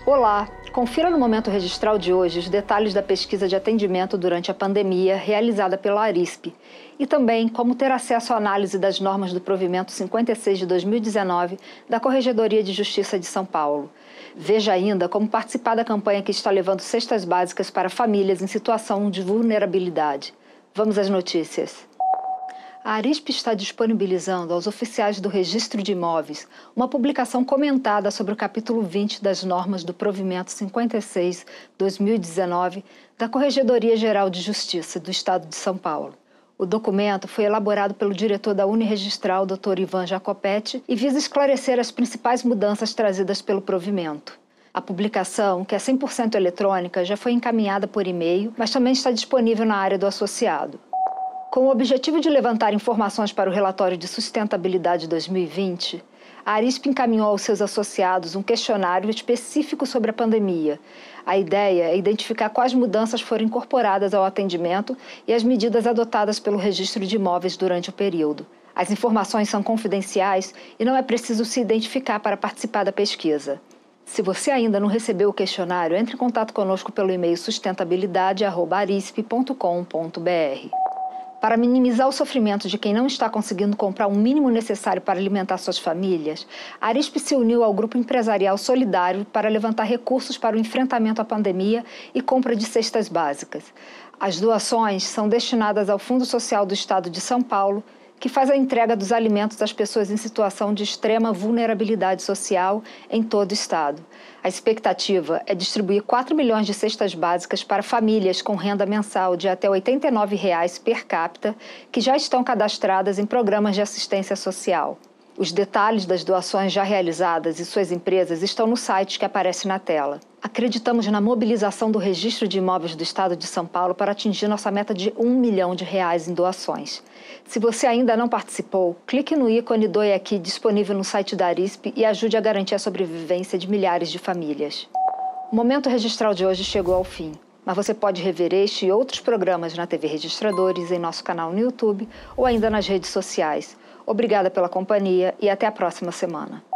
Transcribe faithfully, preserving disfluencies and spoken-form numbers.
Olá! Confira no Momento Registral de hoje os detalhes da pesquisa de atendimento durante a pandemia realizada pela Arisp e também como ter acesso à análise das normas do provimento cinquenta e seis de dois mil e dezenove da Corregedoria de Justiça de São Paulo. Veja ainda como participar da campanha que está levando cestas básicas para famílias em situação de vulnerabilidade. Vamos às notícias. A Arisp está disponibilizando aos oficiais do Registro de Imóveis uma publicação comentada sobre o capítulo vinte das normas do provimento cinquenta e seis de dois mil e dezenove da Corregedoria Geral de Justiça do Estado de São Paulo. O documento foi elaborado pelo diretor da Uniregistral, doutor Ivan Jacopetti, e visa esclarecer as principais mudanças trazidas pelo provimento. A publicação, que é cem por cento eletrônica, já foi encaminhada por e-mail, mas também está disponível na área do associado. Com o objetivo de levantar informações para o relatório de sustentabilidade dois mil e vinte, a Arisp encaminhou aos seus associados um questionário específico sobre a pandemia. A ideia é identificar quais mudanças foram incorporadas ao atendimento e as medidas adotadas pelo registro de imóveis durante o período. As informações são confidenciais e não é preciso se identificar para participar da pesquisa. Se você ainda não recebeu o questionário, entre em contato conosco pelo e-mail sustentabilidade arroba arisp ponto com ponto br. Para minimizar o sofrimento de quem não está conseguindo comprar o mínimo necessário para alimentar suas famílias, a Arisp se uniu ao Grupo Empresarial Solidário para levantar recursos para o enfrentamento à pandemia e compra de cestas básicas. As doações são destinadas ao Fundo Social do Estado de São Paulo, que faz a entrega dos alimentos às pessoas em situação de extrema vulnerabilidade social em todo o estado. A expectativa é distribuir quatro milhões de cestas básicas para famílias com renda mensal de até oitenta e nove reais per capita, que já estão cadastradas em programas de assistência social. Os detalhes das doações já realizadas e suas empresas estão no site que aparece na tela. Acreditamos na mobilização do Registro de Imóveis do Estado de São Paulo para atingir nossa meta de um milhão de reais em doações. Se você ainda não participou, clique no ícone Doe Aqui disponível no site da Arisp e ajude a garantir a sobrevivência de milhares de famílias. O Momento Registral de hoje chegou ao fim, mas você pode rever este e outros programas na T V Registradores, em nosso canal no YouTube ou ainda nas redes sociais. Obrigada pela companhia e até a próxima semana.